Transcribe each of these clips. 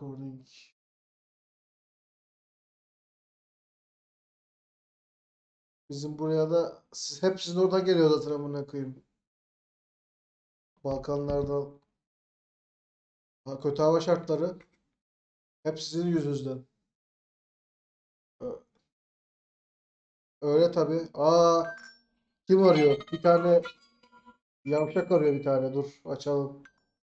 Recording. Bizim buraya da hep sizin oradan geliyor zaten amına koyayım. Balkanlardan. Kötü hava şartları hep sizin yüzünüzden. Öyle tabii. Kim arıyor? Bir tane yavşak arıyor bir tane. Dur açalım.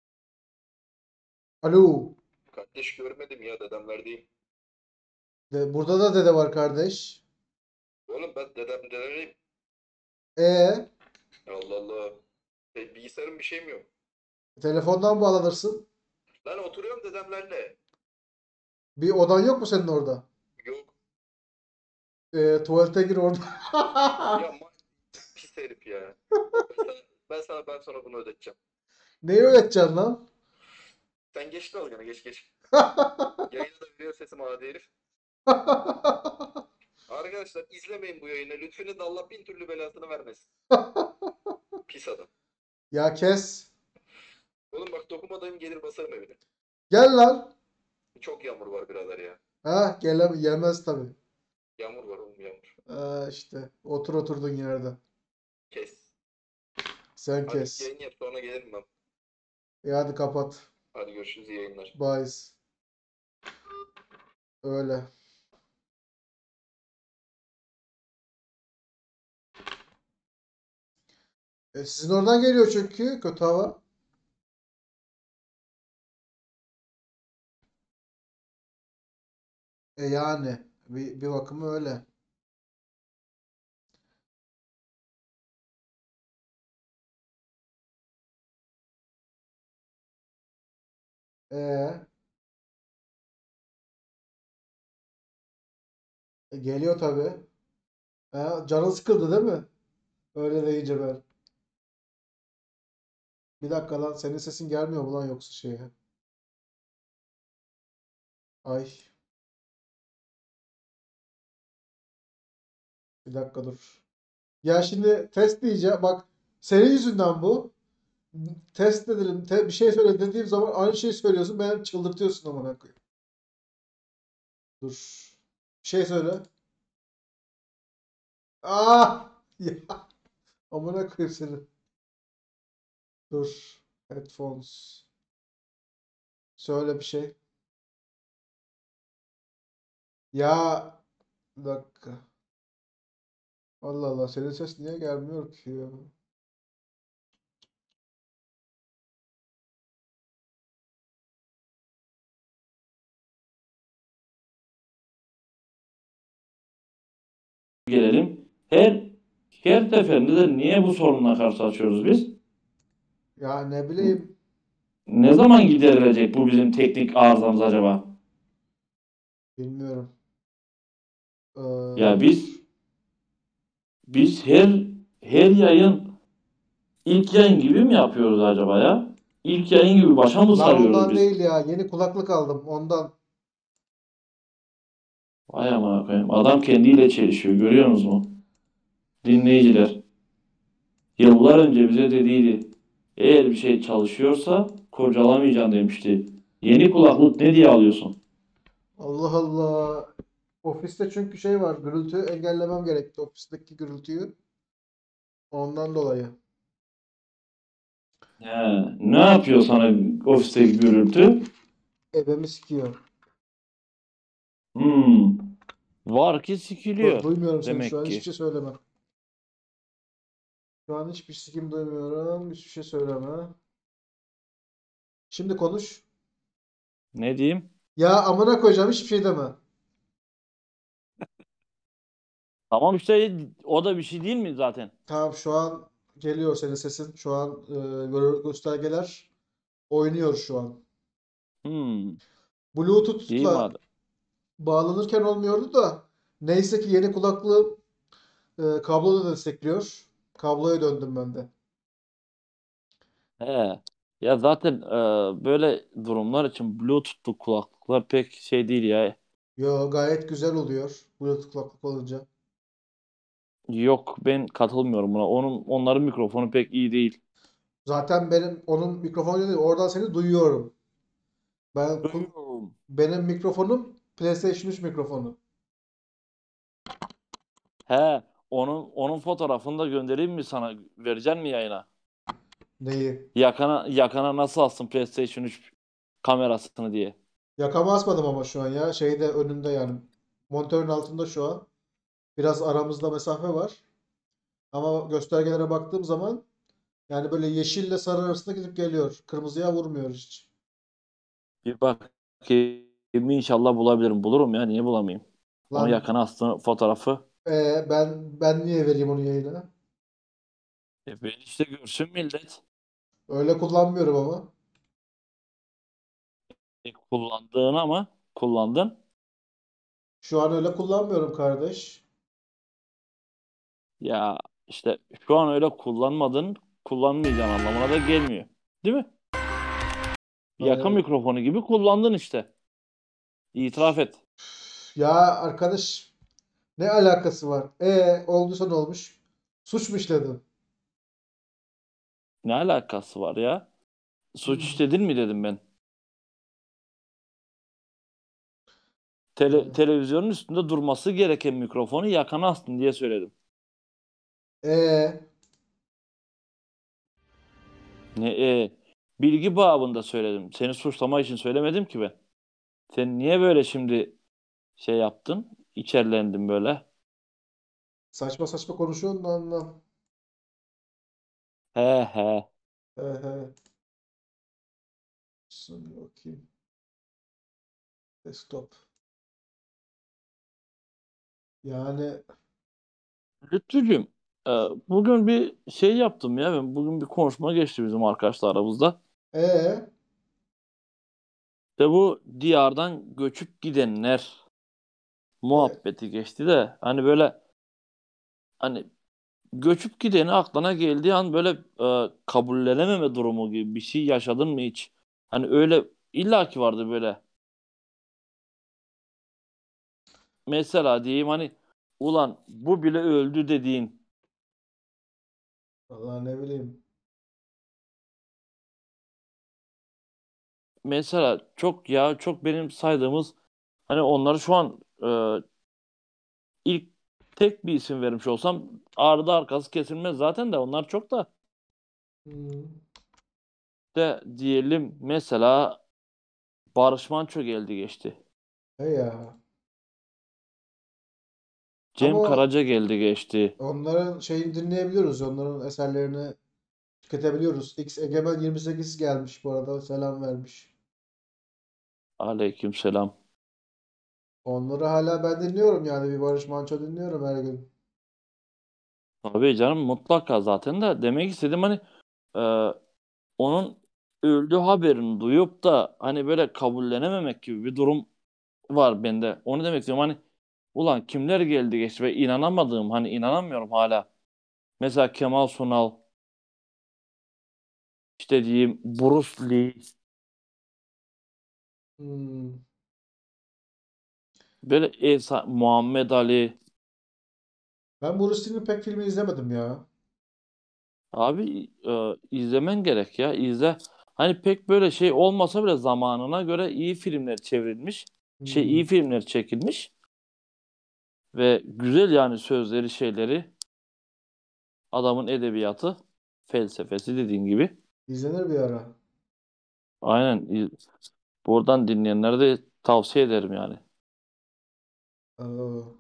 Alo. Kardeş görmedim ya dedemlerdeyim. Burada da dede var kardeş. Oğlum ben dedemlerdeyim. E Allah Allah. Bilgisayarım bir şeyim yok. telefondan bağlanırsın. Lan oturuyorum dedemlerle. Bir odan yok mu senin orada? Yok. Tuvalete gir orada. Ya pis herif ya. Ben sana bunu ödeteceğim. Neyi öğreteceksin lan? Sen geç dalgana geç. Yayına da veriyor sesim adi herif. Arkadaşlar izlemeyin bu yayını. Lütfünü de Allah bin türlü belasını vermesin. Pis adam. Ya kes. Oğlum bak dokunmadığım gelir basarım evine. Gel lan. Çok yağmur var birader ya. Gelmez tabii. Yağmur var oğlum yağmur. İşte oturduğun yerde. Kes. Sen Hadi kes. yayın yap sonra gelirim ben. Hadi kapat. Hadi görüşürüz iyi yayınlar. Bye. Öyle. Sizin oradan geliyor çünkü kötü hava. Yani bir bakıma öyle. E, Geliyor tabii. Canın sıkıldı değil mi? Öyle deyince ben. Bir dakika lan senin sesin gelmiyor mu lan yoksa şeye? Ay bir dakika dur. Ya şimdi test diyeceğim. Bak senin yüzünden bu. Test edelim. Bir şey söyle dediğim zaman aynı şeyi söylüyorsun. Beni çıldırtıyorsun amına koyayım. Dur. Bir şey söyle. Ya amına koyayım seni. Dur. Headphones. Söyle bir şey. Ya bir dakika. Allah Allah senin ses niye gelmiyor ki ya? Gelelim. Her seferinde de niye bu sorunla karşılaşıyoruz biz? Ya ne bileyim. Ne zaman giderilecek bu bizim teknik arızamız acaba? Bilmiyorum. Ya Dur. biz her yayın ilk yayın gibi mi yapıyoruz acaba ya? İlk yayın gibi başa mı Lan sarıyoruz ondan biz? değil ya. Yeni kulaklık aldım ondan. Vay amına koyayım. Adam kendiyle çelişiyor. Görüyorsunuz mu? Dinleyiciler. Yıllar önce bize dediydi. Eğer bir şey çalışıyorsa kurcalamayacaksın demişti. Yeni kulaklık ne diye alıyorsun? Allah Allah. Ofiste çünkü şey var. Gürültü engellemem gerekti. Ofisteki gürültüyü. Ondan dolayı. He, ne yapıyor sana ofisteki gürültü? Ebemi sikiyor. Var ki sikiliyor Duymuyorum seni şu demek an. Hiçbir ki. şey söyleme. Şu an hiçbir sikim duymuyorum. Hiçbir şey söyleme. Şimdi konuş. Ne diyeyim? Ya amına koyacağım hiçbir şey deme. Tamam işte o da bir şey değil mi zaten? Tamam şu an geliyor senin sesin. Şu an göstergeler oynuyor şu an. Hmm, iyi Bluetooth'la madem. bağlanırken olmuyordu da neyse ki yeni kulaklığı kablo da destekliyor. Kabloya döndüm ben de. He. Ya zaten böyle durumlar için Bluetooth'lu kulaklıklar pek şey değil ya. Yo gayet güzel oluyor Bluetooth kulaklık olunca. Yok ben katılmıyorum buna. Onların mikrofonu pek iyi değil. Zaten benim onun mikrofonu değil oradan seni duyuyorum. Ben Benim mikrofonum PlayStation 3 mikrofonu. He, onun fotoğrafını da göndereyim mi sana? Vereceksin mi yayına? Neyi? Yakana nasıl alsın PlayStation 3 kamerasını diye. Yakama asmadım ama şu an ya. Şeyde önümde yani. Monitörün altında şu an. Biraz aramızda mesafe var. Ama göstergelere baktığım zaman yani böyle yeşille sarı arasında gidip geliyor. Kırmızıya vurmuyor hiç. Bir bakayım inşallah bulabilirim. Bulurum ya, niye bulamayayım? Onu Lan yakana astığın fotoğrafı. ben niye vereyim onu yayına? Ben işte görsün millet. Öyle kullanmıyorum ama. Kullandığın ama kullandın. Şu an öyle kullanmıyorum kardeş. Ya işte şu an öyle kullanmayacağın anlamına da gelmiyor. Değil mi? Yaka Ee, mikrofonu gibi kullandın işte. İtiraf et. Ya arkadaş ne alakası var? Olduysa ne olmuş? Suç mu işledin? Ne alakası var ya? Suç işledin mi dedim ben. Ee, Televizyonun üstünde durması gereken mikrofonu yakana astın diye söyledim. ee, Ne bilgi babında söyledim. Seni suçlama için söylemedim ki ben. Sen niye böyle şimdi şey yaptın? İçerlendin böyle. Saçma saçma konuşuyorsun da anlam. He he. He. Şimdi bakayım. Desktop. Yani Lütfücüğüm, e, bugün bir şey yaptım ya ben. Bugün bir konuşma geçti bizim arkadaşlar aramızda. ee, De bu diyardan göçüp gidenler e, muhabbeti geçti de hani böyle hani göçüp gideni aklına geldiği an böyle kabullenememe durumu gibi bir şey yaşadın mı hiç? Hani öyle illaki vardı böyle. Mesela diyeyim hani ulan bu bile öldü dediğin. vallahi ne bileyim. Mesela çok benim saydığımız hani onları şu an ilk tek bir isim vermiş olsam ardı arkası kesilmez zaten de onlar çok da Hmm. de diyelim mesela Barış Manço geldi geçti. He ya. Cem Ama Karaca geldi geçti. onların şeyini dinleyebiliyoruz. Onların eserlerini tüketebiliyoruz. X Egemen 28 gelmiş bu arada. Selam vermiş. Aleykümselam. Onları hala ben dinliyorum yani. Bir Barış Manço dinliyorum her gün. Tabii canım mutlaka zaten de demek istedim hani e, onun öldüğü haberini duyup da hani böyle kabullenememek gibi bir durum var bende. Onu demek istiyorum hani ulan kimler geldi geçti ve inanamadığım hani inanamıyorum hala. Mesela Kemal Sunal işte diyeyim Bruce Lee Hmm. böyle Muhammed Ali Ben Bruce Lee'nin pek filmi izlemedim ya. abi izlemen gerek ya izle. Hani pek böyle şey olmasa bile zamanına göre iyi filmler çevrilmiş. İyi Hmm. filmler çekilmiş ve güzel yani sözleri şeyleri adamın edebiyatı felsefesi dediğin gibi. İzlenir bir ara. Aynen buradan dinleyenlere de tavsiye ederim yani. Aa,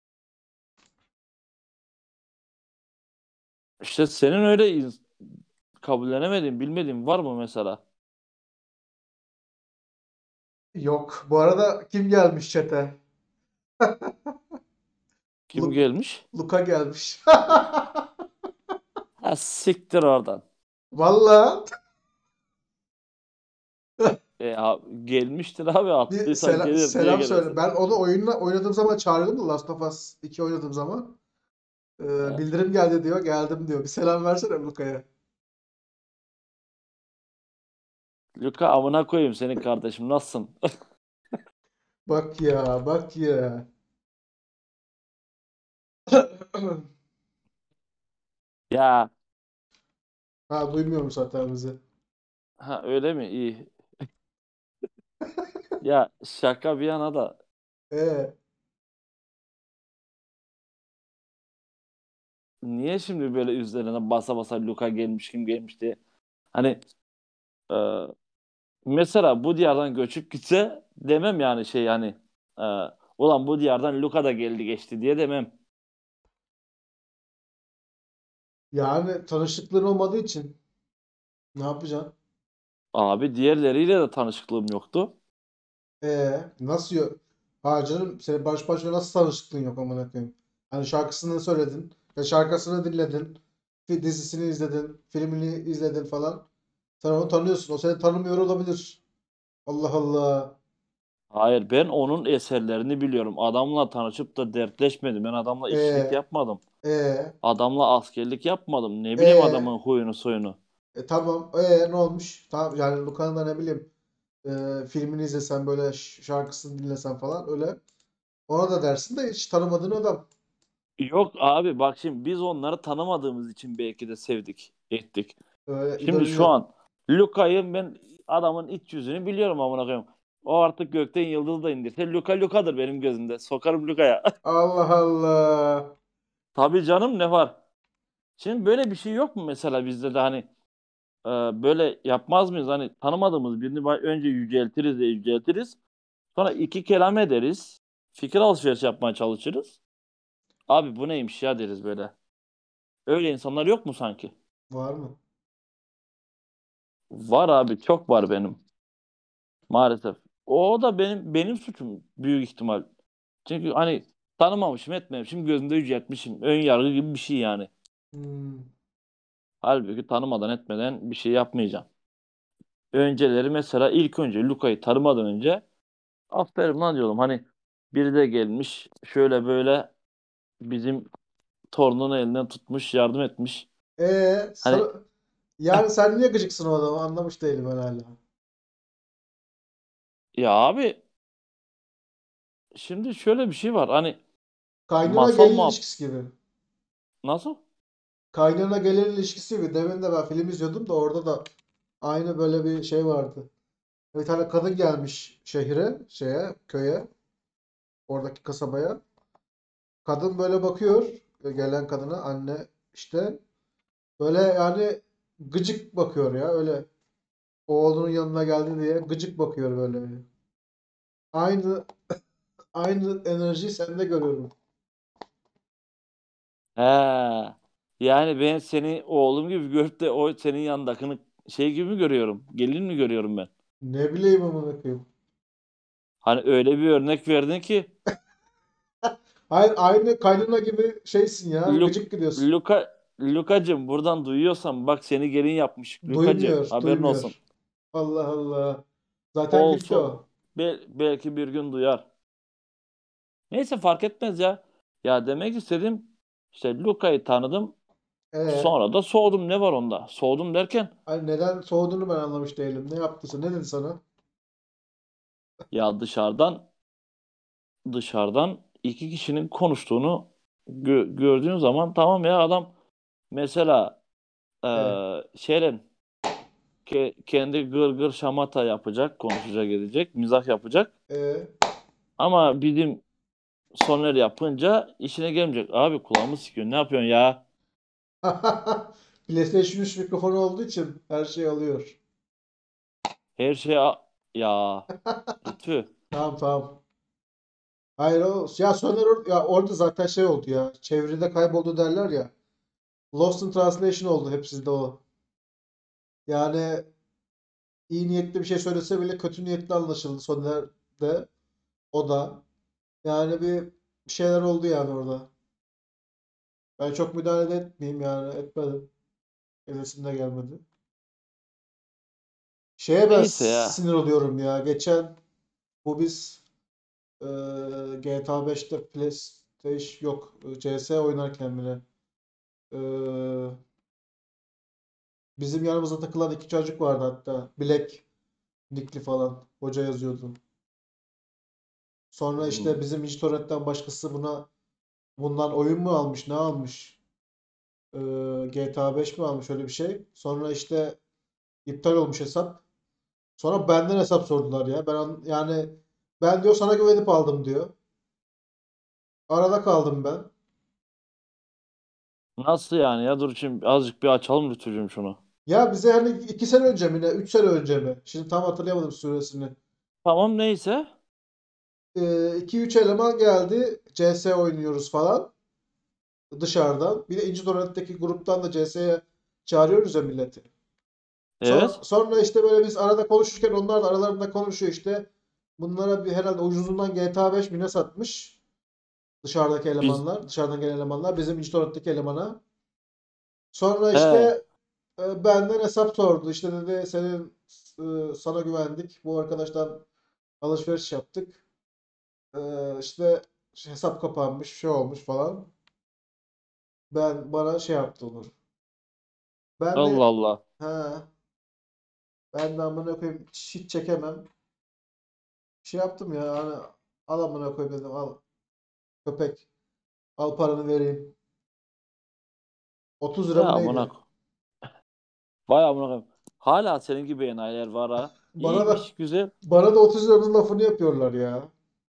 İşte senin öyle kabullenemediğin bilmediğin var mı mesela? yok. Bu arada kim gelmiş chat'e? Kim gelmiş? Luka gelmiş. Ha siktir oradan. Vallahi Gelmiştir abi bir attıysan gelir. Niye selam söyle. gelemesin? Ben onu oyunla oynadığım zaman çağırıyordum da Last of Us 2 oynadığım zaman. Ha. Bildirim geldi diyor. Geldim diyor. Bir selam versene Luka'ya. Luka amına koyayım senin kardeşim nasılsın? Bak ya, bak ya. Ya Ha duymuyorum zaten bizi. ha öyle mi? İyi. Ya şaka bir yana da Ee, niye şimdi böyle üzerine basa basa Luka gelmiş kim gelmiş diye. Hani e, mesela bu diyardan göçüp gitse demem yani şey hani e, ulan bu diyardan Luka da geldi geçti diye demem. yani tanışıklığın olmadığı için ne yapacaksın? Abi diğerleriyle de tanışıklığım yoktu. Nasıl yok? Ha canım senin baş başa nasıl tanışıklığın yok amına koyayım? Hani şarkısını söyledin, ya şarkısını dinledin, dizisini izledin, filmini izledin falan. Sen onu tanıyorsun. O seni tanımıyor olabilir. Allah Allah. Hayır ben onun eserlerini biliyorum. Adamla tanışıp da dertleşmedim. Ben adamla işçilik Ee, yapmadım. ee, Adamla askerlik yapmadım. Ne bileyim ee, adamın huyunu suyunu. tamam. Ne olmuş? Tamam yani Luka'nın da ne bileyim filmini izlesen böyle şarkısını dinlesen falan öyle. Ona da dersin de hiç tanımadığın adam. Yok abi bak şimdi biz onları tanımadığımız için belki de sevdik, ettik. Öyle Şimdi idolün şu yok. an Luka'yı ben adamın iç yüzünü biliyorum amına koyayım. O artık gökten yıldız da indirse Luka Luka'dır benim gözümde. Sokarım Luka'ya. Allah Allah. Tabii canım ne var? Şimdi böyle bir şey yok mu mesela bizde de hani böyle yapmaz mıyız? Hani tanımadığımız birini önce yüceltiriz de yüceltiriz. Sonra iki kelam ederiz. Fikir alışverişi yapmaya çalışırız. Abi bu neymiş ya deriz böyle. Öyle insanlar yok mu sanki? Var mı? Var abi çok var benim maalesef. O da benim suçum büyük ihtimal. Çünkü hani tanımamışım etmemişim gözünde yüceltmişim. Ön yargı gibi bir şey yani. Hmm. Halbuki tanımadan etmeden bir şey yapmayacağım. Önceleri mesela ilk önce Luka'yı tanımadan önce aferin lan diyordum. Hani biri de gelmiş şöyle böyle bizim torunun elinden tutmuş yardım etmiş. Hani Sana, yani sen niye gıcıksın o adamı anlamış değilim ben hala. ya abi şimdi şöyle bir şey var. Hani Kaynana masal gelin muhab ilişkisi gibi. nasıl? Kaynana gelin ilişkisi gibi. Demin de ben film izliyordum da orada da aynı böyle bir şey vardı. Bir tane kadın gelmiş şehre, köye, oradaki kasabaya. Kadın böyle bakıyor, gelen kadına anne işte böyle yani gıcık bakıyor ya öyle. Oğlunun yanına geldi diye gıcık bakıyor böyle. Aynı aynı enerjiyi sende görüyorum. He. Yani ben seni oğlum gibi görüp de o senin yanındakini şey gibi mi görüyorum? Gelin mi görüyorum ben? Ne bileyim amına koyayım. Hani öyle bir örnek verdin ki Hayır aynı kaynana gibi şeysin ya. Luk, Gıcık gidiyorsun. Lukacım buradan duyuyorsan bak seni gelin yapmış. Lukacım Duymuyor, haberin olsun. duymuyor. Allah Allah. Zaten gitti Olsun. o. Belki bir gün duyar. Neyse fark etmez ya. Ya demek istedim işte Luka'yı tanıdım. Ee, Sonra da soğudum. Ne var onda? Soğudum derken Ay neden soğuduğunu ben anlamış değilim. Ne yaptıysa, ne dedi sana? ya dışarıdan iki kişinin konuştuğunu gördüğün zaman tamam ya adam mesela Ee, şeyle kendi gır gır şamata yapacak, konuşacak edecek, mizah yapacak. ee. Ama bizim Soner yapınca işine gelmeyecek. Abi kulağımı sikiyor. Ne yapıyorsun ya? PlayStation 3 mikrofonu olduğu için her şeyi alıyor. Her şey ya Lütfü. Tamam tamam. Hayır o ya Soner ya orada zaten şey oldu ya. Çevrede kayboldu derler ya. Lost in Translation oldu hepsinde o. Yani iyi niyetli bir şey söylese bile kötü niyetli anlaşıldı Soner'de. O da. Yani bir şeyler oldu yani orada. Ben çok müdahale de etmeyeyim yani etmedim. Evesim de gelmedi. Şeye ben Neyse ya. sinir oluyorum ya. Geçen bu biz GTA 5'te PlayStation yok CS oynarken bile bizim yanımızda takılan iki çocuk vardı hatta. Black nickli falan. Hoca yazıyordu. Sonra işte bizim Torrent'ten başkası bundan oyun mu almış, ne almış? GTA 5 mi almış öyle bir şey. Sonra işte iptal olmuş hesap. Sonra benden hesap sordular ya. Yani ben diyor sana güvenip aldım diyor. Arada kaldım ben. Nasıl yani ya? Dur şimdi azıcık bir açalım Lütfücüğüm şunu. Ya bize hani 2 sene önce mi ne? 3 sene önce mi? Şimdi tam hatırlayamadım süresini. Tamam neyse. 2-3 eleman geldi. CS oynuyoruz falan. Dışarıdan. Bir de İnci Donet'teki gruptan da CS'ye çağırıyoruz ya milleti. Sonra, Evet. sonra işte böyle biz arada konuşurken onlar da aralarında konuşuyor işte. Bunlara bir herhalde ucuzundan GTA 5 mi ne satmış dışarıdaki Biz elemanlar, dışarıdan gelen elemanlar bizim İnci elemana. Sonra he. işte benden hesap sordu. İşte dedi sana güvendik. Bu arkadaştan alışveriş yaptık. İşte hesap kapanmış, şey olmuş falan. Bana şey yaptı onu. Ben Allah de Allah. ha ben de amına koyayım hiç çekemem. Şey yaptım ya hani al amına koyayım dedim al köpek al paranı vereyim. 30 lira Ya mı amına. neydi? Vay amına koyayım. Hala senin gibi enayiler var ha. Bana da İyiymiş güzel. bana da 30 liranın lafını yapıyorlar ya.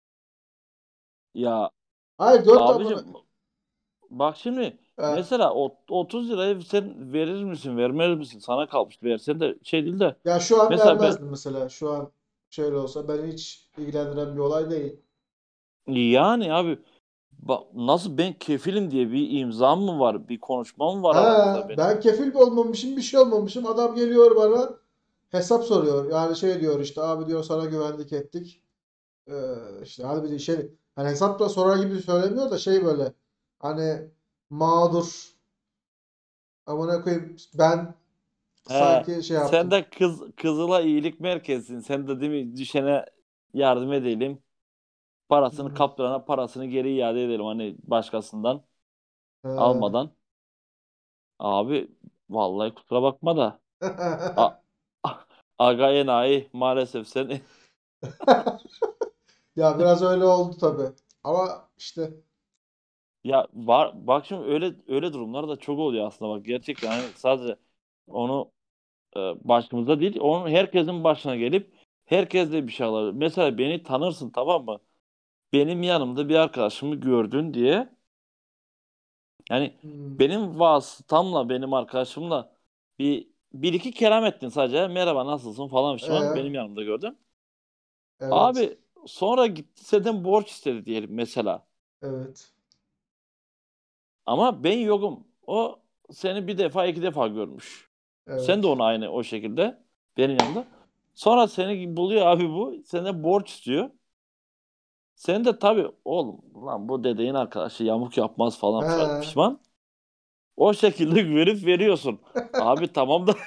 Ya Hayır 4 amına. abicim bak şimdi Eh, mesela o 30 lirayı sen verir misin vermez misin? Sana kalmış. Versen de şey değil de. ya şu an Mesela ben vermezdim mesela. Şu an şöyle olsa beni hiç ilgilendiren bir olay değil. yani abi nasıl ben kefilim diye bir imzam mı var? Bir konuşmam mı var aramızda Ha, benim? ben kefil olmamışım, bir şey olmamışım. Adam geliyor bana hesap soruyor. Yani şey diyor işte abi diyor sana güvenlik ettik. İşte hani bir de şey hani hesap da sorar gibi söylemiyor da şey böyle hani mağdur amına koyayım ben He, sanki şey sen yaptım. de Kızıl'a iyilik merkezsin. Sen de değil mi düşene yardım edelim. Parasını Hmm. kaptırana parasını geri iade edelim hani başkasından He. almadan. Abi vallahi kusura bakma da a, aga enayi maalesef sen Ya biraz öyle oldu tabii. Ama işte ya var bak şimdi öyle durumlar da çok oluyor aslında bak gerçekten hani sadece onu başımıza değil onun herkesin başına gelip herkes de bir şey alabilir. Mesela beni tanırsın tamam mı? Benim yanımda bir arkadaşımı gördün diye yani hmm, benim vasıtamla benim arkadaşımla bir iki kelam ettin sadece merhaba nasılsın falan pişman e, benim yanımda gördüm. evet. Abi sonra gitti senden borç istedi diyelim mesela. Evet. Ama ben yokum. O seni bir defa iki defa görmüş. Sen de Evet. onu aynı o şekilde benim yanımda. Sonra seni buluyor abi bu. Senden borç istiyor. Sen de tabii oğlum lan bu dedeğin arkadaşı yamuk yapmaz falan He. pişman. O şekilde güvenip veriyorsun. Abi tamam da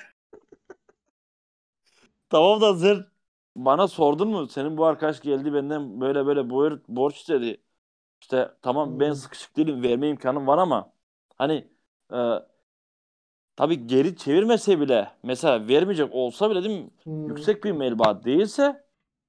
tamam da sen bana sordun mu? Senin bu arkadaş geldi benden böyle böyle borç istedi. İşte tamam ben Hmm, sıkışık değilim verme imkanım var ama hani e, tabii geri çevirmese bile mesela vermeyecek olsa bile değil mi? hmm, Yüksek bir meblağ değilse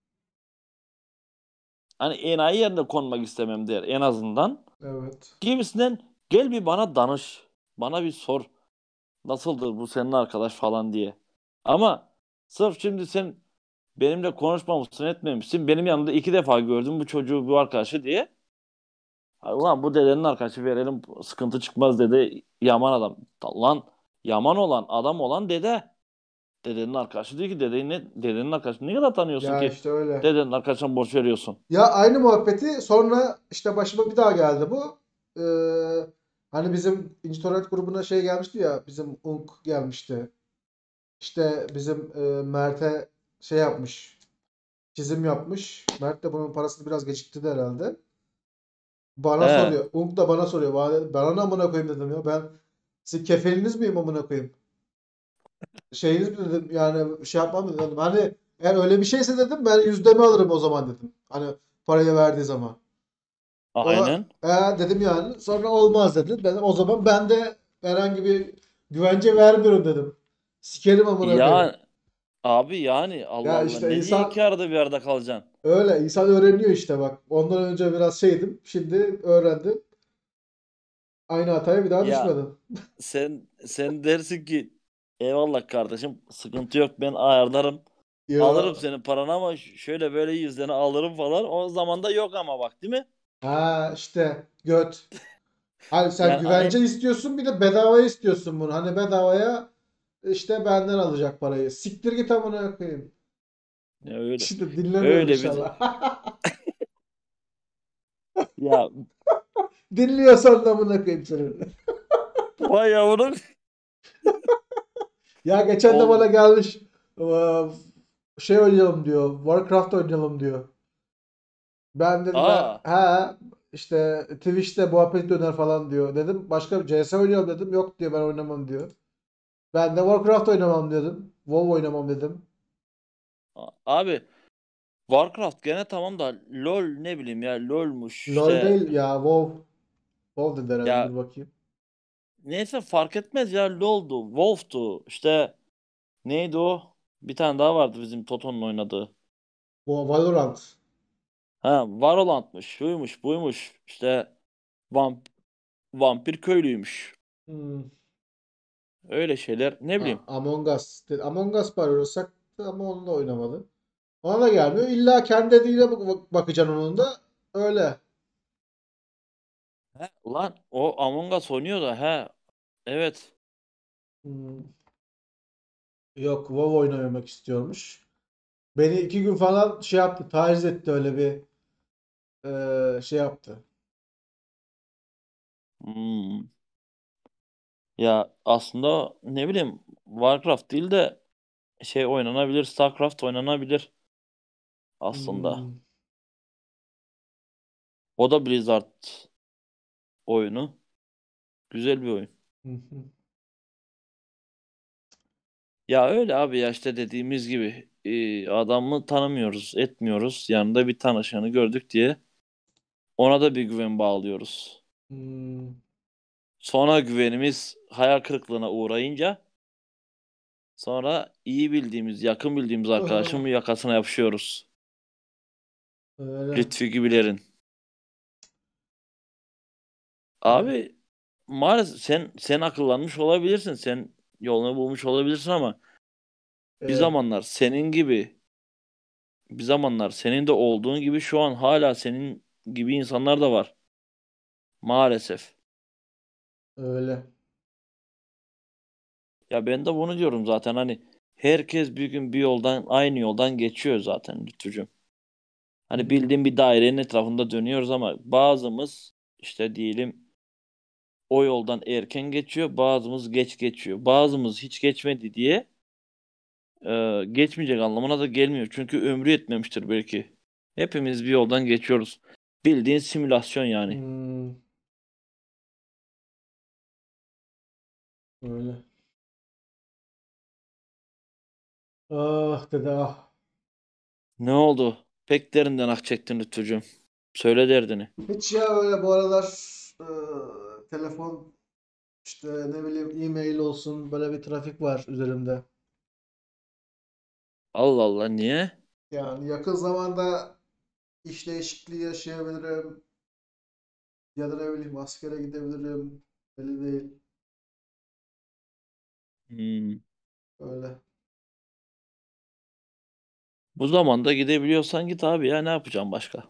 hani enayi yerine konmak istemem der en azından. evet. Gibisinden gel bir bana danış. Bana bir sor. Nasıldır bu senin arkadaş falan diye. Ama sırf şimdi sen benimle konuşmamışsın etmemişsin. Benim yanımda iki defa gördüm bu çocuğu bu arkadaşı diye. Ha, ulan bu dedenin arkadaşı verelim sıkıntı çıkmaz dede yaman adam. Lan yaman olan adam olan dede. Dedenin arkadaşı değil ki dedenin arkadaşını ne kadar tanıyorsun Ya ki işte öyle. dedenin arkadaşına borç veriyorsun. Ya aynı muhabbeti sonra işte başıma bir daha geldi bu. Ee, Hani bizim İnci grubuna şey gelmişti ya bizim Unk gelmişti. İşte bizim Mert'e şey yapmış. Çizim yapmış. Mert de bunun parasını biraz geciktirdi herhalde. Bana He. soruyor. Unk da bana soruyor. Bana ne amına koyayım dedim ya. Ben sizin kefiliniz miyim amına koyayım? Şeyiniz mi dedim yani şey yapmam dedim. Hani eğer öyle bir şeyse dedim ben yüzdemi alırım o zaman dedim. Hani parayı verdiği zaman. O da Aynen. dedim yani. Sonra olmaz dedi. Ben o zaman ben de herhangi bir güvence vermiyorum dedim. Sikerim amına koyayım. Ya abi yani Allah Ya Allah işte ne diye insan iki arada bir arada kalacaksın? öyle. İnsan öğreniyor işte bak. Ondan önce biraz şeydim. Şimdi öğrendim. Aynı hataya bir daha Ya düşmedim. sen dersin ki eyvallah kardeşim sıkıntı yok ben ayarlarım. Alırım Yo. senin paranı ama şöyle böyle yüzden alırım falan. O zaman da yok ama bak değil mi? Ha işte göt. Hani sen Yani güvence istiyorsun bir de bedavaya istiyorsun bunu. Hani bedavaya işte benden alacak parayı. Siktir git amına koyayım. öyle. İşte dinlemiyorum Öyle bir inşallah. ya Dinliyorsan da amına koyayım seni. vay yavrum. Ya geçen de bana Oldu. gelmiş şey oynayalım diyor. Warcraft oynayalım diyor. Ben dedim Aa. ha işte Twitch'te muhabbet döner falan diyor. Dedim başka bir CS oynayalım dedim. Yok diyor ben oynamam diyor. Ben de Warcraft oynamam dedim. WoW oynamam dedim. Abi Warcraft gene tamam da LoL ne bileyim ya LoL'muş LoL işte değil ya WoW. WoW dedi herhalde ya dur bakayım. neyse fark etmez ya LoL'du, WoW'tu işte neydi o? Bir tane daha vardı bizim Toto'nun oynadığı. Bu Valorant. Ha Valorant'mış, şuymuş, buymuş. İşte vamp vampir köylüymüş. Hmm. Öyle şeyler ne bileyim. Among Us. Among Us bağırıyorsak ama onu da oynamadı. Ona da gelmiyor. İlla kendi dediğine bakacaksın onun da. Öyle. He, lan o Among Us oynuyor da he. Evet. Hmm. Yok WoW oynamak istiyormuş. Beni 2 gün falan şey yaptı. Taciz etti öyle bir şey yaptı. Hmm. Ya aslında ne bileyim Warcraft değil de şey oynanabilir, StarCraft oynanabilir aslında. Hmm. O da Blizzard oyunu. Güzel bir oyun. Hı hı. Ya öyle abi ya işte dediğimiz gibi adamı tanımıyoruz, etmiyoruz. Yanında bir tanışanı gördük diye ona da bir güven bağlıyoruz. Hmm. Sonra güvenimiz hayal kırıklığına uğrayınca sonra iyi bildiğimiz, yakın bildiğimiz arkadaşın Ah, yakasına yapışıyoruz. öyle. Lütfi gibilerin. Ya, Abi maalesef sen akıllanmış olabilirsin. Sen yolunu bulmuş olabilirsin ama bir evet. zamanlar senin gibi bir zamanlar senin de olduğun gibi şu an hala senin gibi insanlar da var. Maalesef. Öyle. Ya ben de bunu diyorum zaten hani herkes bir gün bir yoldan aynı yoldan geçiyor zaten Lütfücüğüm. Hani Hmm. bildiğin bir dairenin etrafında dönüyoruz ama bazımız işte diyelim o yoldan erken geçiyor, bazımız geç geçiyor. Bazımız hiç geçmedi diye geçmeyecek anlamına da gelmiyor. Çünkü ömrü yetmemiştir belki. Hepimiz bir yoldan geçiyoruz. Bildiğin simülasyon yani. Hmm. Öyle. Ah dede ah. Ne oldu? Pek derinden ak çektin Lütfücüğüm. Söyle derdini. Hiç ya öyle bu aralar telefon işte ne bileyim e-mail olsun böyle bir trafik var üzerimde. Allah Allah niye? Yani yakın zamanda iş değişikliği yaşayabilirim ya da ne bileyim askere gidebilirim. Belli değil. Hmm. Öyle. Bu zamanda gidebiliyorsan git abi ya ne yapacağım başka?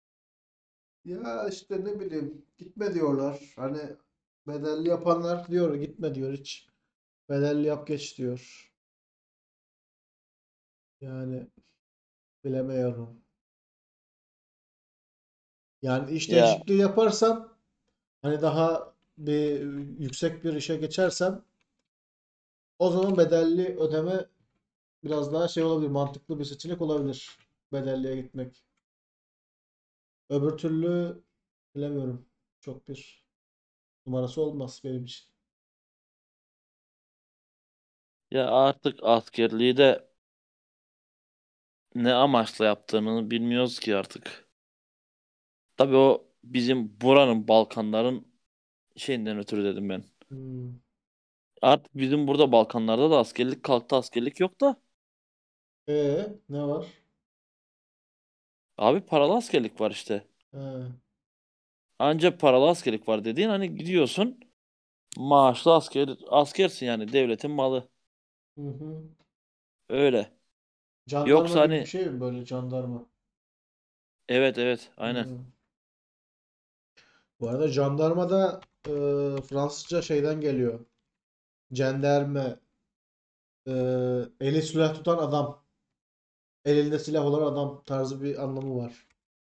Ya işte ne bileyim gitme diyorlar. Hani bedelli yapanlar diyor gitme diyor hiç. Bedelli yap geç diyor. Yani bilemiyorum. Yani iş Ya değişikliği yaparsam hani daha bir yüksek bir işe geçersem o zaman bedelli ödeme biraz daha şey olabilir, mantıklı bir seçenek olabilir. Bedelliye gitmek. Öbür türlü bilemiyorum. Çok bir numarası olmaz benim için. ya artık askerliği de ne amaçla yaptığını bilmiyoruz ki artık. Tabii o bizim buranın Balkanların şeyinden ötürü dedim ben. Hmm. Artık bizim burada Balkanlarda da askerlik kalktı askerlik yok da. Ne var? Abi paralı askerlik var işte. He. Ancak paralı askerlik var dediğin hani gidiyorsun maaşlı askersin yani devletin malı. Hı hı. Öyle. Jandarma Yoksa gibi bir hani şey mi böyle jandarma? evet evet aynen. Hmm. Bu arada jandarma da Fransızca şeyden geliyor. Cenderme. Eli silah tutan adam. Elinde silah olan adam tarzı bir anlamı var.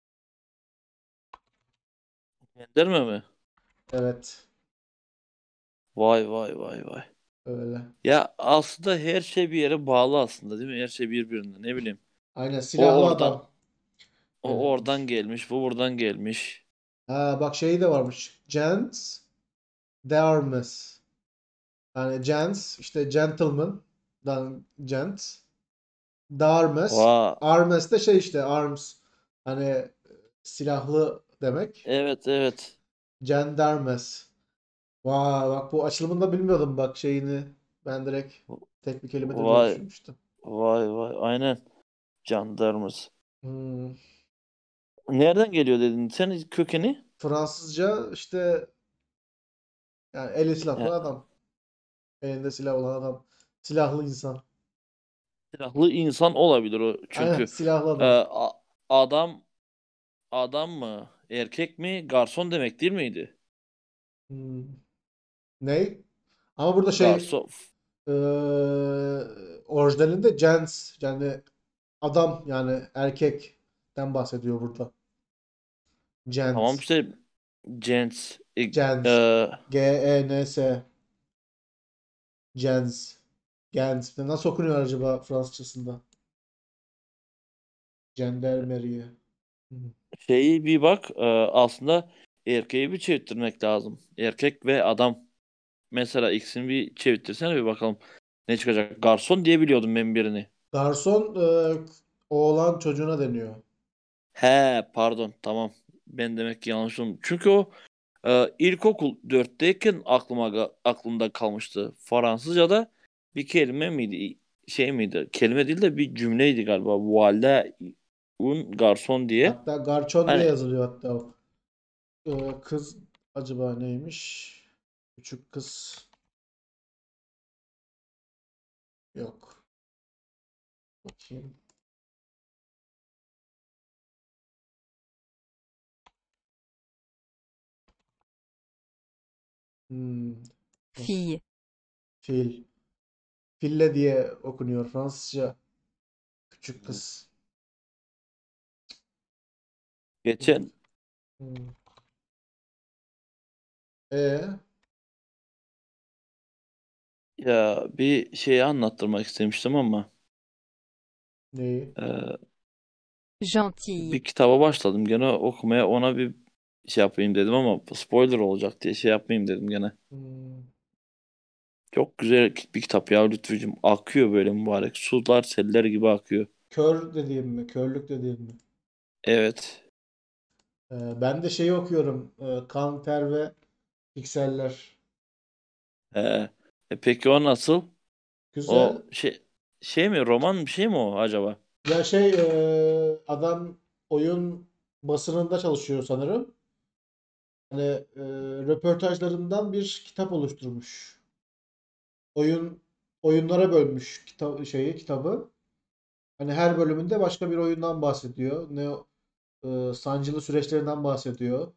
Gönderme mi? Evet. Vay vay vay vay. Öyle. Ya aslında her şey bir yere bağlı aslında değil mi? Her şey birbirine ne bileyim. Aynen O silahlı oradan adam o oradan denilmiş. gelmiş, bu buradan gelmiş. Ha bak şeyi de varmış. Gents d'armes. Yani gents işte gentleman'dan gent. D'armes. Vay. Armes de şey işte arms. Hani silahlı demek. Evet evet. Gendarmes. Vay bak bu açılımını da bilmiyordum bak şeyini. Ben direkt tek bir kelimedir diye Vay düşünmüştüm. vay vay. Aynen. Jandarmız. Hmm. Nereden geliyor dedin? Sen kökeni? Fransızca işte yani eli silahlı Ya, adam. Elinde silah olan adam. Silahlı insan. silahlı insan olabilir o. Aynen Çünkü silahlı e, adam. adam adam mı? Erkek mi? Garson demek değil miydi? Hmm. Ney? Ama burada şey Garson. eee orijinalinde gents yani adam yani erkekten bahsediyor burada. Tamam Gents. işte gents. Gens. Gens. Gens. Gens. Nasıl okunuyor acaba Fransızcasında? Gendarmerie. Hı. Şeyi bir bak aslında erkeği bir çevirttirmek lazım. Erkek ve adam. Mesela ikisini bir çevirtirsene bir bakalım ne çıkacak. Garson diye biliyordum ben birini. Garson oğlan çocuğuna deniyor. He pardon tamam. Ben demek ki yanlış oldum. Çünkü o ilkokul 4'teyken aklımda kalmıştı. Fransızca'da bir kelime miydi? Şey miydi? Kelime değil de bir cümleydi galiba. Voilà un garson diye. Hatta garçon diye Hani yazılıyor hatta. Kız acaba neymiş? Küçük kız. Yok. Bakayım. Hmm. Nasıl? Fille. Fil. Fille diye okunuyor Fransızca. Küçük kız. geçen Hmm. E ya bir şeyi anlattırmak istemiştim ama neyi? e, Gentille. bir kitaba başladım gene okumaya ona bir şey yapayım dedim ama spoiler olacak diye şey yapmayayım dedim gene. Hmm. Çok güzel bir kitap ya Lütfücüğüm. Akıyor böyle mübarek. Sular seller gibi akıyor. Kör dediğim mi? Körlük dediğim mi? Evet. Ben de şeyi okuyorum. Kan, Ter ve Pikseller. Peki o nasıl? O Güzel. şey mi roman bir şey mi o acaba? Ya şey adam oyun basınında çalışıyor sanırım. Hani röportajlarından bir kitap oluşturmuş. Oyun oyunlara bölmüş kitabı. Hani her bölümünde başka bir oyundan bahsediyor. Sancılı süreçlerinden bahsediyor.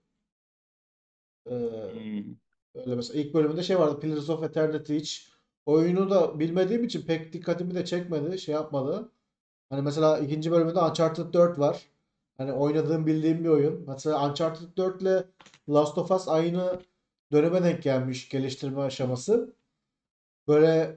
E, Hmm. Öyle mesela ilk bölümünde şey vardı. Pillars of Eternity hiç oyunu da bilmediğim için pek dikkatimi de çekmedi, şey yapmadı. Hani mesela ikinci bölümünde Uncharted 4 var. Hani oynadığım bildiğim bir oyun. Mesela Uncharted 4 ile Last of Us aynı döneme denk gelmiş geliştirme aşaması. Böyle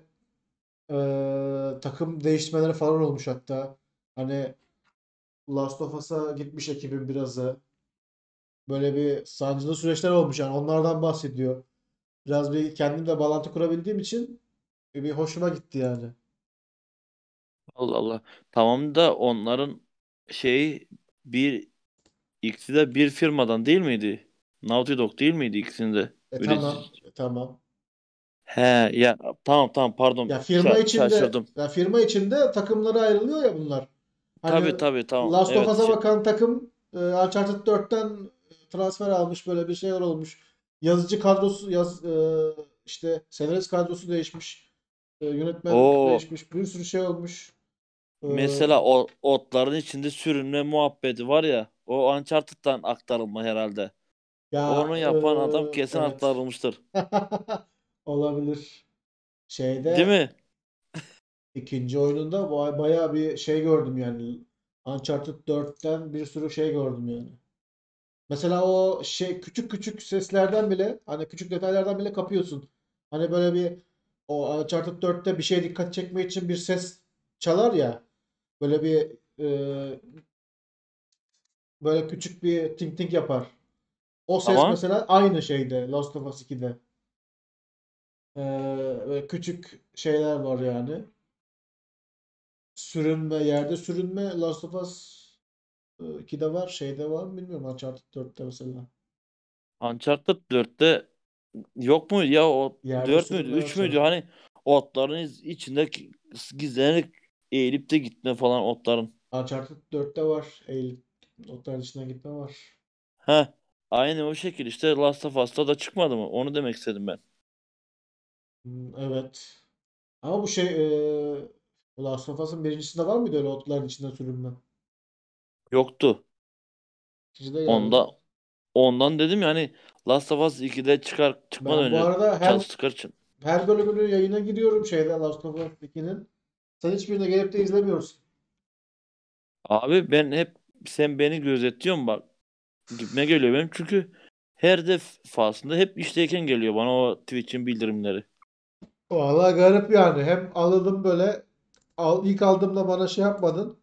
takım değiştirmeleri falan olmuş hatta. Hani Last of Us'a gitmiş ekibin birazı. Böyle bir sancılı süreçler olmuş yani onlardan bahsediyor. Biraz bir kendimle bağlantı kurabildiğim için bir hoşuma gitti yani. Allah Allah. Tamam da onların şeyi bir ikisi de bir firmadan değil miydi? Naughty Dog değil miydi ikisinde? Tamam, Üretici. tamam. He ya tamam tamam pardon. Ya firma içinde Şaşırdım. ya firma içinde takımlara ayrılıyor ya bunlar. Hani Tabii tabii tamam. Last of Evet. Us'a bakan takım Uncharted 4'ten transfer almış böyle bir şeyler olmuş. Yazıcı kadrosu işte senarist kadrosu değişmiş. Yönetmen O değişmiş. Bir sürü şey olmuş. Ee, Mesela o otların içinde sürünme muhabbeti var ya. O Uncharted'dan aktarılma herhalde. ya Onu yapan adam kesin evet. aktarılmıştır. Olabilir. Değil Şeyde mi? ikinci oyununda bayağı bir şey gördüm yani. Uncharted 4'ten bir sürü şey gördüm yani. Mesela o şey küçük küçük seslerden bile hani küçük detaylardan bile kapıyorsun. Hani böyle bir o Uncharted 4'te bir şeye dikkat çekmek için bir ses çalar ya. Böyle bir böyle küçük bir ting ting yapar. O ses Ama mesela aynı şeyde Last of Us 2'de. Böyle küçük şeyler var yani. Sürünme, yerde sürünme Last of Us 2'de var, şeyde var mı bilmiyorum. Uncharted 4'te mesela. Uncharted 4'te yok mu ya, o Yerde 4 müydü sürünme 3 yoksa. müydü, hani otların içinde gizlenerek eğilip de gitme falan otların. Uncharted 4'te var. Eğilip notların içinden gitme var. Heh, aynı o şekil işte Last of Us'ta da çıkmadı mı? Onu demek istedim ben. Evet. Ama bu şey Last of Us'ın birincisinde var mıydı öyle otların içinde sürünme? Yoktu. İkincide galiba. Onda ondan dedim ya, hani Last of Us 2'de çıkmadan Ben bu önce arada çalıştıkları için. her bölümünü yayına giriyorum şeyde Last of Us 2'nin. Sen hiçbirine gelip de izlemiyorsun. Abi ben hep, sen beni gözetliyorsun bak. Gitme geliyor benim, çünkü her defasında hep işteyken geliyor bana o Twitch'in bildirimleri. Vallahi garip yani. Hem aldım böyle ilk aldığımda bana şey yapmadın.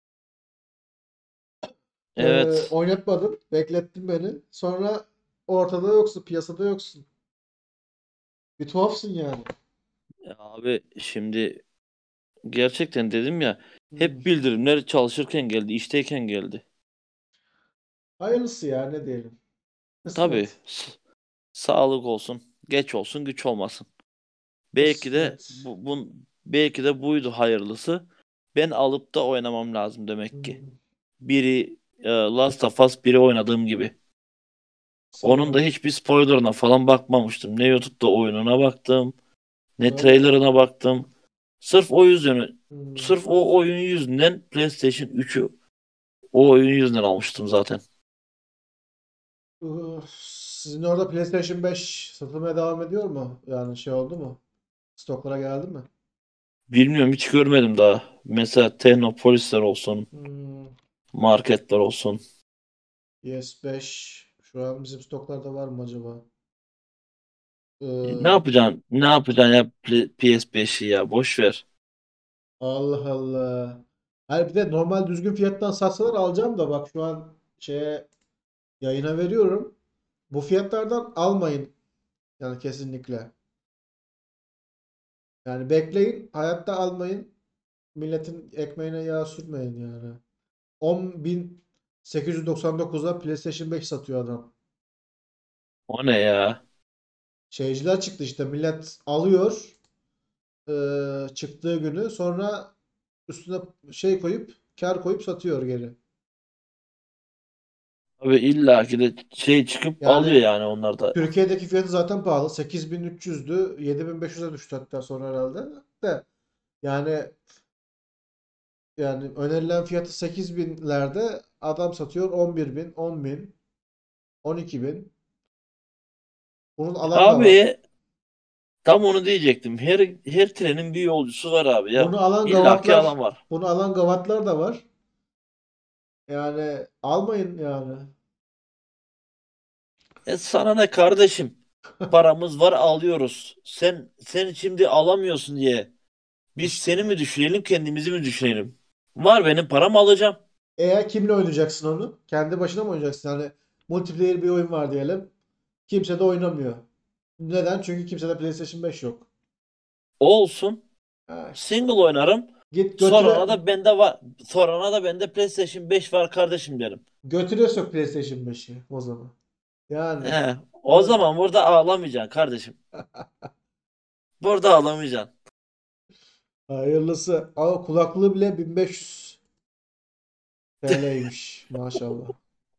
Evet. Oynatmadın. Beklettin beni. Sonra ortada yoksun. Piyasada yoksun. Bir tuhafsın yani. Ya abi şimdi gerçekten dedim ya, Hmm. hep bildirimler çalışırken geldi, işteyken geldi. Hayırlısı ya ne diyelim. Tabii Kısmet. sağlık olsun, geç olsun, güç olmasın. Belki de Kısmet. belki de buydu hayırlısı. Ben alıp da oynamam lazım demek ki. Hmm. Biri Last of Us, biri oynadığım gibi. Onun da Sanırım. hiçbir spoilerına falan bakmamıştım. Ne YouTube'da oyununa baktım, ne Öyle. trailerına baktım. Sırf o yüzden, Hmm. sırf o oyun yüzünden PlayStation 3'ü o oyun yüzünden almıştım zaten. Sizin orada PlayStation 5 satılmaya devam ediyor mu? Yani şey oldu mu? Stoklara geldi mi? Bilmiyorum, hiç görmedim daha. Mesela Technopolis'ler olsun, Hmm. marketler olsun. PS5 şu an bizim stoklarda var mı acaba? Ne Ee, yapacaksın? Ne yapacaksın ya PS5'i ya? Boş ver. Allah Allah. Hayır bir de normal düzgün fiyattan satsalar alacağım da bak şu an şeye yayına veriyorum. Bu fiyatlardan almayın yani kesinlikle. Yani bekleyin, hayatta almayın. Milletin ekmeğine yağ sürmeyin yani. 10.899'a PlayStation 5 satıyor adam. O ne ya? Şeyciler çıktı işte millet alıyor çıktığı günü sonra üstüne şey koyup kar koyup satıyor geri. Abi illaki de şey çıkıp alıyor Yani yani onlar da. Türkiye'deki fiyatı zaten pahalı. 8.300'dü. 7.500'e düştü hatta sonra herhalde. De yani önerilen fiyatı 8.000'lerde adam satıyor 11.000, 10.000, 12.000. Bunun alan da var. Abi tam onu diyecektim. Her trenin bir yolcusu var abi ya. Bunu alan İllaki gavatlar, alan var. bunu alan gavatlar da var. Yani almayın yani. Sana ne kardeşim? Paramız var, alıyoruz. Sen şimdi alamıyorsun diye. Biz İşte seni mi düşünelim, kendimizi mi düşünelim? Var benim param, alacağım. kimle oynayacaksın onu? Kendi başına mı oynayacaksın? Yani multiplayer bir oyun var diyelim. Kimse de oynamıyor. Neden? Çünkü kimsede PlayStation 5 yok. Olsun. Ha işte. Single oynarım. Git Sorana götüre da bende var. Sorana da bende PlayStation 5 var kardeşim derim. götüre sok PlayStation 5'i o zaman. Yani O o zaman burada ağlamayacaksın kardeşim. Burada ağlamayacaksın. hayırlısı. Ama kulaklığı bile 1500 TL'ymiş maşallah.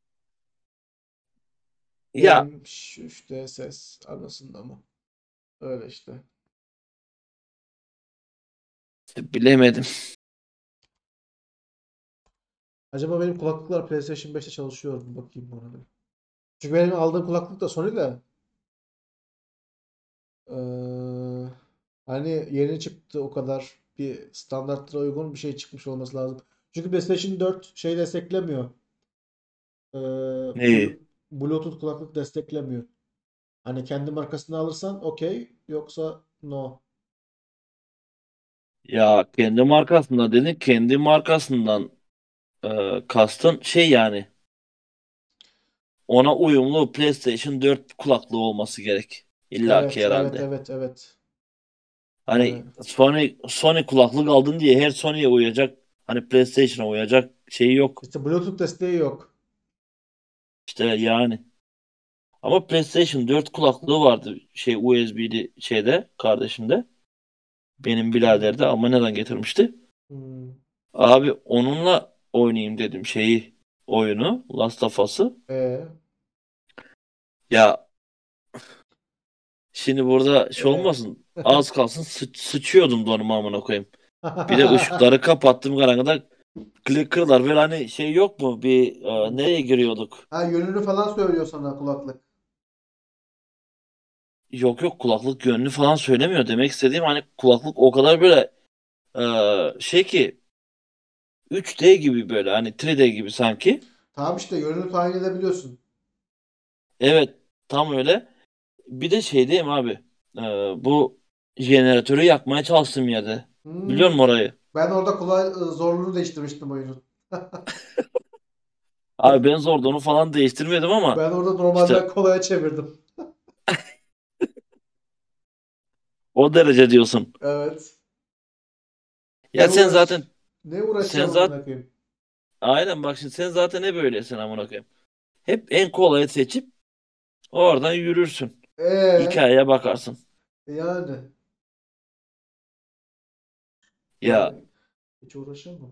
Ya M3'te ses arasında mı? Öyle işte. bilemedim. Acaba benim kulaklıklar PlayStation 5'te çalışıyor mu? Bakayım ona bir. Çünkü benim aldığım kulaklık da Sony de. Ee, hani yeni çıktı o kadar bir standartlara uygun bir şey çıkmış olması lazım. Çünkü PlayStation 4 şey desteklemiyor. Ee, Neyi? Bluetooth kulaklık desteklemiyor. Hani kendi markasını alırsan okey, yoksa no. Ya kendi markasından dedin, kendi markasından kastın şey yani ona uyumlu PlayStation 4 kulaklığı olması gerek. İlla ki Evet, evet, herhalde. evet, evet. Yani Hani Sony kulaklık aldın diye her Sony'ye uyacak, hani PlayStation'a uyacak şeyi yok. işte Bluetooth desteği yok. İşte yani. Ama PlayStation 4 kulaklığı vardı şey USB'li şeyde kardeşimde. Benim birader de Hmm, Almanya'dan getirmişti. hmm. Abi onunla oynayayım dedim şeyi, oyunu Last of Us'ı. E, Ya şimdi burada şey e. olmasın, az kalsın sıçıyordum donuma amına koyayım. Bir de ışıkları kapattım karanlıkta, clicker'lar böyle, hani şey yok mu bir nereye giriyorduk? Ha, yönünü falan söylüyor sana kulaklık. Yok yok, kulaklık yönlü falan söylemiyor. Demek istediğim hani kulaklık o kadar böyle şey ki 3D gibi, böyle hani 3D gibi sanki. Tamam, işte yönünü tayin edebiliyorsun. Evet, tam öyle. Bir de şey diyeyim abi, e, bu jeneratörü yakmaya çalıştım yerde. Biliyor musun Hmm. orayı? Ben orada kolay zorluğunu değiştirmiştim oyunun. Abi ben zorda onu falan değiştirmedim ama Ben orada işte normalden kolaya çevirdim. o derece diyorsun. Evet. Ya Ne sen uğraş zaten ne sen uğraşacağım zaten amına koyayım. aynen, bak şimdi sen zaten hep öylesin amına koyayım. Hep en kolayı seçip oradan yürürsün. Ee, Hikayeye bakarsın. yani Ya yani hiç uğraşamam.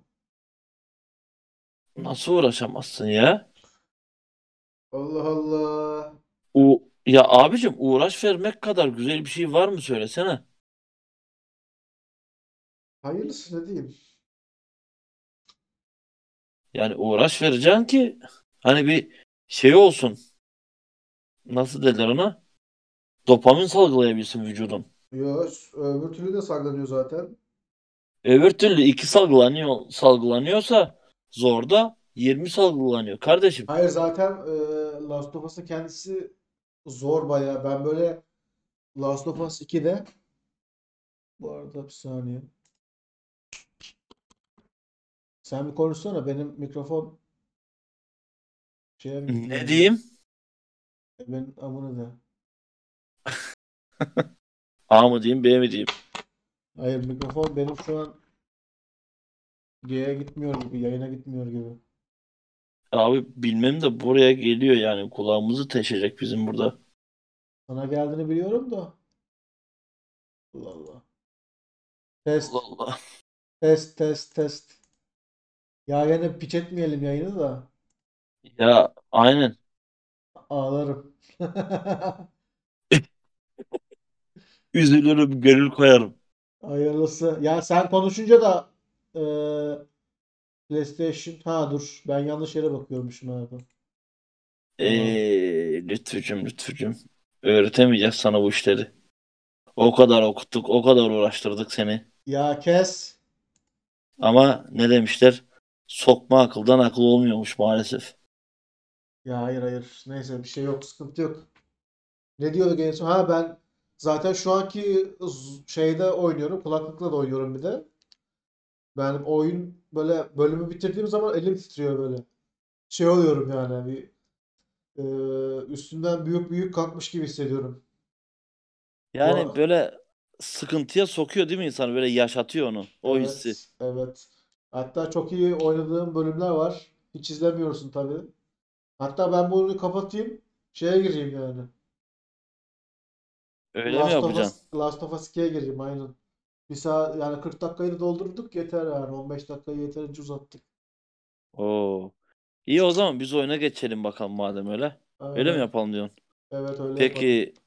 nasıl uğraşamazsın ya? Allah Allah. Ya abicim, uğraş vermek kadar güzel bir şey var mı, söylesene. Hayırlısı, ne diyeyim. Yani uğraş vereceksin ki hani bir şey olsun. Nasıl derler ona? Dopamin salgılayabilsin vücudun. Yo, öbür türlü de saklanıyor zaten. Öbür türlü 2 salgılanıyorsa zorda 20 salgılanıyor kardeşim. Hayır, zaten Last of Us'ın kendisi zor bayağı. Ben böyle Last of Us 2'de, bu arada bir saniye. Sen bir konuşsana, benim mikrofon şeye mi gitti Ne yayına? diyeyim? Ben amına da. A mı diyeyim, B mi diyeyim? Hayır, mikrofon benim şu an G'ye gitmiyor gibi, yayına gitmiyor gibi. Abi bilmem de buraya geliyor yani, kulağımızı teşecek bizim burada. Sana geldiğini biliyorum da. Allah Allah. Allah Test, Allah. test, test, test. Ya yine piç etmeyelim yayını da. Ya aynen. Ağlarım. Üzülürüm, gönül koyarım. Hayırlısı. Ya sen konuşunca da PlayStation. Ha dur. Ben yanlış yere bakıyormuşum abi. Tamam. Lütfücüm. Öğretemeyeceğiz sana bu işleri. O kadar okuttuk, o kadar uğraştırdık seni. Ya kes. Ama ne demişler? Sokma akıldan akıl olmuyormuş maalesef. Ya hayır hayır. Neyse, bir şey yok. Sıkıntı yok. Ne diyorduk en son? Ha, ben zaten şu anki şeyde oynuyorum. Kulaklıkla da oynuyorum bir de. Ben oyun böyle bölümü bitirdiğim zaman elim titriyor böyle. Şey oluyorum yani, bir üstünden büyük büyük kalkmış gibi hissediyorum. Yani Bu böyle sıkıntıya sokuyor değil mi insan? Böyle yaşatıyor onu. O hissi. evet, evet. Hatta çok iyi oynadığım bölümler var. Hiç izlemiyorsun tabii. Hatta ben bu oyunu kapatayım. Şeye gireyim yani. Öyle mi yapacaksın? Last of Us 2'ye gireyim aynen. Bir saat yani, 40 dakikayı da doldurduk, yeter yani. 15 dakikayı yeterince uzattık. Oo. İyi, o zaman biz oyuna geçelim bakalım madem öyle. Öyle mi Aynen. yapalım diyorsun? Evet, öyle yapalım. Peki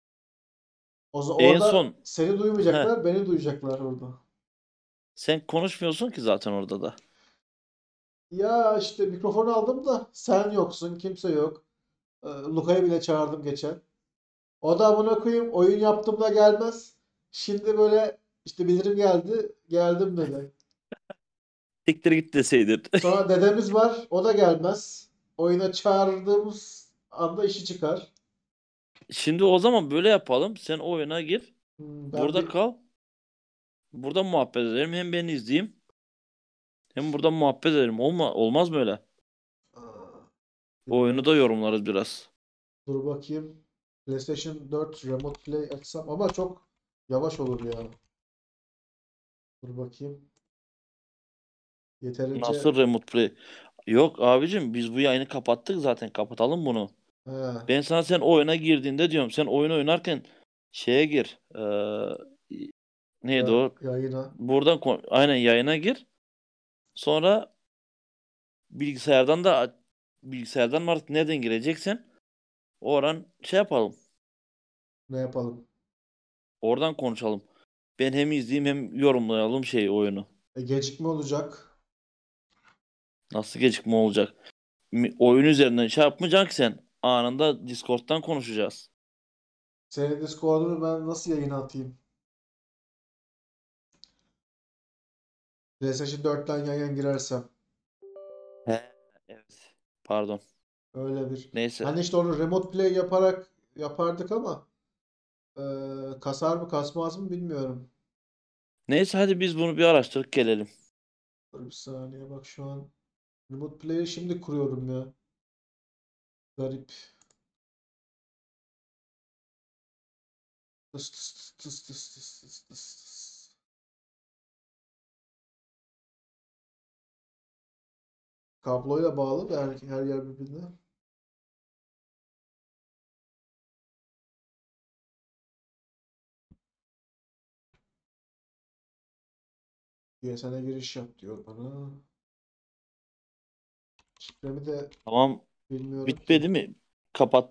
en Orada son seni heh, duymayacaklar, beni duyacaklar orada. sen konuşmuyorsun ki zaten orada da. Ya işte mikrofonu aldım da sen yoksun, kimse yok. Luka'yı bile çağırdım geçen. O da amına koyayım oyun yaptığımda gelmez. Şimdi böyle işte bildirim geldi. Geldim dedi. Siktir git deseydin. Sonra dedemiz var. O da gelmez. Oyuna çağırdığımız anda işi çıkar. Şimdi o zaman böyle yapalım. Sen oyuna gir. Ben Burada bir kal. Burada muhabbet edelim. Hem ben izleyeyim. Hem burada muhabbet edelim. Olmaz mı öyle? Aa, Oyunu bilmiyorum da ki. yorumlarız biraz. Dur bakayım. PlayStation 4 Remote Play açsam ama çok yavaş olur ya. Dur bakayım. Yeterince Nasıl remote play? Yok abicim biz bu yayını kapattık zaten. Kapatalım bunu. he, Ben sana sen oyuna girdiğinde diyorum. Sen oyun oynarken şeye gir. Neydi o? yayına. Buradan aynen yayına gir. Sonra bilgisayardan da bilgisayardan mı artık nereden gireceksen oradan şey yapalım. Ne yapalım? Oradan konuşalım. Ben hem izleyeyim hem yorumlayalım oyunu. Gecikme olacak. Nasıl gecikme olacak? Oyun üzerinden şey yapmayacaksın ki sen. Anında Discord'dan konuşacağız. Senin Discord'unu ben nasıl yayına atayım? PlayStation 4'ten yayına girersem. He. Evet. Pardon. Öyle bir. Neyse. Hani işte onu remote play yaparak yapardık ama kasar mı kasmaz mı bilmiyorum. Neyse hadi biz bunu bir araştırıp gelelim. Dur bir saniye bak şu an remote play'i şimdi kuruyorum ya. Garip. Tıs tıs tıs tıs tıs tıs tıs tıs tıs. Kabloyla bağlı da her yer birbirine. GSN'e giriş yap diyor bana. Şifremi de Tamam. bilmiyorum ki. Bitmedi mi? Kapat.